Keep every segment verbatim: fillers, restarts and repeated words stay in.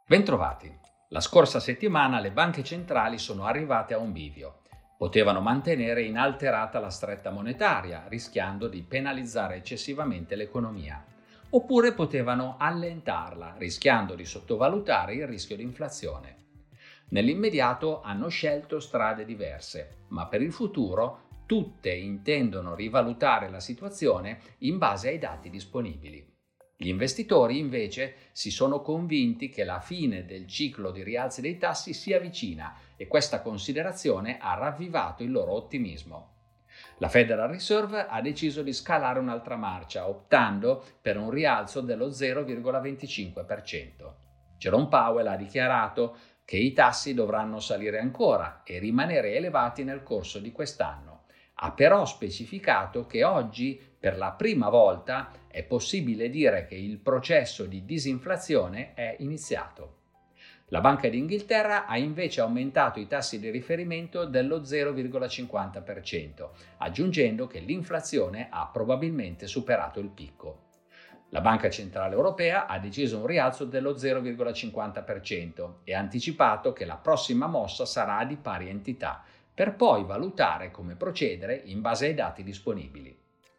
Bentrovati. La scorsa settimana le banche centrali sono arrivate a un bivio. Potevano mantenere inalterata la stretta monetaria, rischiando di penalizzare eccessivamente l'economia. Oppure potevano allentarla, rischiando di sottovalutare il rischio di inflazione. Nell'immediato hanno scelto strade diverse, ma per il futuro tutte intendono rivalutare la situazione in base ai dati disponibili. Gli investitori invece si sono convinti che la fine del ciclo di rialzi dei tassi sia vicina e questa considerazione ha ravvivato il loro ottimismo. La Federal Reserve ha deciso di scalare un'altra marcia, optando per un rialzo dello zero virgola venticinque per cento. Jerome Powell ha dichiarato che i tassi dovranno salire ancora e rimanere elevati nel corso di quest'anno. Ha però specificato che oggi, per la prima volta, è possibile dire che il processo di disinflazione è iniziato. La Banca d'Inghilterra ha invece aumentato i tassi di riferimento dello zero virgola cinquanta per cento, aggiungendo che l'inflazione ha probabilmente superato il picco. La Banca Centrale Europea ha deciso un rialzo dello zero virgola cinquanta per cento e ha anticipato che la prossima mossa sarà di pari entità, per poi valutare come procedere in base ai dati disponibili.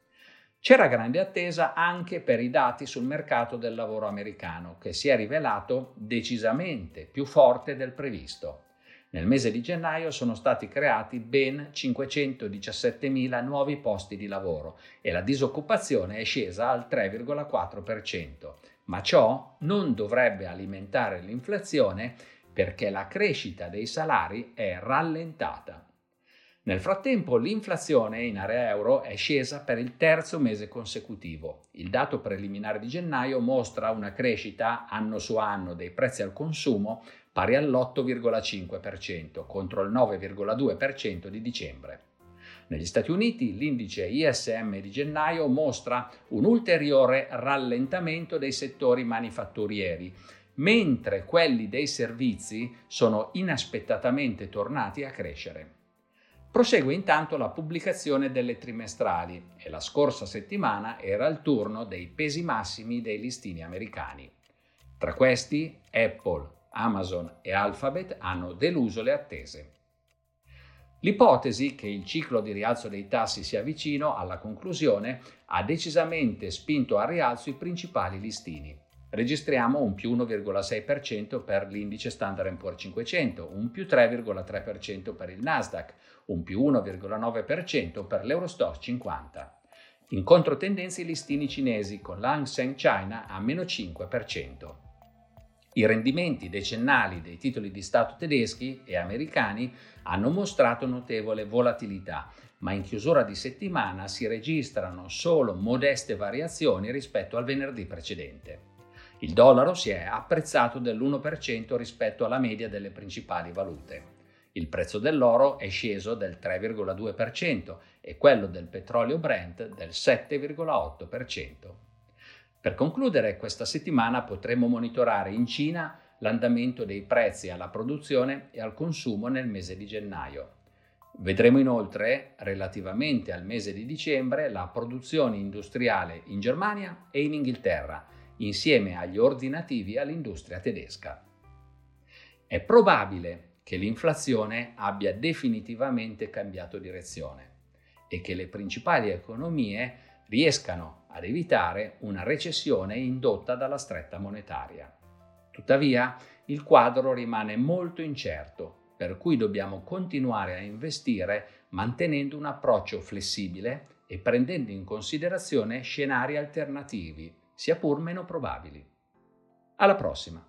C'era grande attesa anche per i dati sul mercato del lavoro americano, che si è rivelato decisamente più forte del previsto. Nel mese di gennaio sono stati creati ben cinquecentodiciassettemila nuovi posti di lavoro e la disoccupazione è scesa al tre virgola quattro per cento, ma ciò non dovrebbe alimentare l'inflazione perché la crescita dei salari è rallentata. Nel frattempo l'inflazione in area euro è scesa per il terzo mese consecutivo. Il dato preliminare di gennaio mostra una crescita anno su anno dei prezzi al consumo pari all'otto virgola cinque per cento contro il nove virgola due per cento di dicembre. Negli Stati Uniti l'indice I S M di gennaio mostra un ulteriore rallentamento dei settori manifatturieri, mentre quelli dei servizi sono inaspettatamente tornati a crescere. Prosegue intanto la pubblicazione delle trimestrali e la scorsa settimana era il turno dei pesi massimi dei listini americani. Tra questi, Apple, Amazon e Alphabet hanno deluso le attese. L'ipotesi che il ciclo di rialzo dei tassi sia vicino alla conclusione ha decisamente spinto al rialzo i principali listini. Registriamo un più uno virgola sei per cento per l'indice Standard and Poor's cinquecento, un più tre virgola tre per cento per il Nasdaq, un più uno virgola nove per cento per l'Eurostoxx cinquanta. In controtendenza i listini cinesi con l'Hang Seng China a meno cinque per cento. I rendimenti decennali dei titoli di Stato tedeschi e americani hanno mostrato notevole volatilità, ma in chiusura di settimana si registrano solo modeste variazioni rispetto al venerdì precedente. Il dollaro si è apprezzato dell'uno per cento rispetto alla media delle principali valute. Il prezzo dell'oro è sceso del tre virgola due per cento e quello del petrolio Brent del sette virgola otto per cento. Per concludere, questa settimana potremo monitorare in Cina l'andamento dei prezzi alla produzione e al consumo nel mese di gennaio. Vedremo inoltre, relativamente al mese di dicembre, la produzione industriale in Germania e in Inghilterra, insieme agli ordinativi all'industria tedesca. È probabile che l'inflazione abbia definitivamente cambiato direzione e che le principali economie riescano ad evitare una recessione indotta dalla stretta monetaria. Tuttavia, il quadro rimane molto incerto, per cui dobbiamo continuare a investire mantenendo un approccio flessibile e prendendo in considerazione scenari alternativi, sia pur meno probabili. Alla prossima!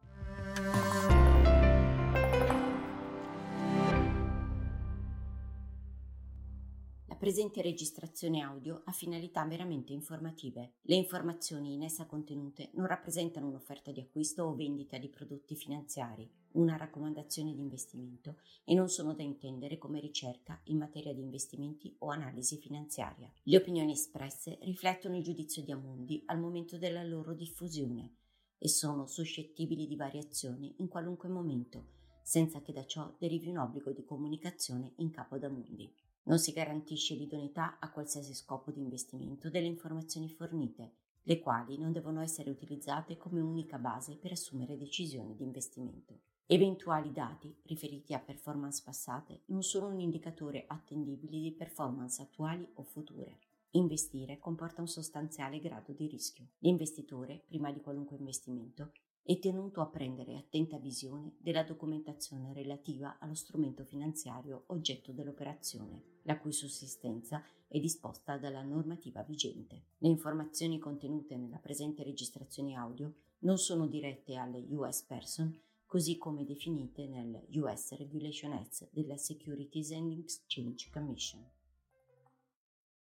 La presente registrazione audio ha finalità meramente informative. Le informazioni in essa contenute non rappresentano un'offerta di acquisto o vendita di prodotti finanziari, una raccomandazione di investimento e non sono da intendere come ricerca in materia di investimenti o analisi finanziaria. Le opinioni espresse riflettono il giudizio di Amundi al momento della loro diffusione e sono suscettibili di variazioni in qualunque momento, senza che da ciò derivi un obbligo di comunicazione in capo ad Amundi. Non si garantisce l'idoneità a qualsiasi scopo di investimento delle informazioni fornite. le quali non devono essere utilizzate come unica base per assumere decisioni di investimento. Eventuali dati riferiti a performance passate non sono un indicatore attendibile di performance attuali o future. Investire comporta un sostanziale grado di rischio. L'investitore, prima di qualunque investimento, è tenuto a prendere attenta visione della documentazione relativa allo strumento finanziario oggetto dell'operazione, la cui sussistenza è disposta dalla normativa vigente. Le informazioni contenute nella presente registrazione audio non sono dirette alle U S Person, così come definite nel U S Regulation Act della Securities and Exchange Commission.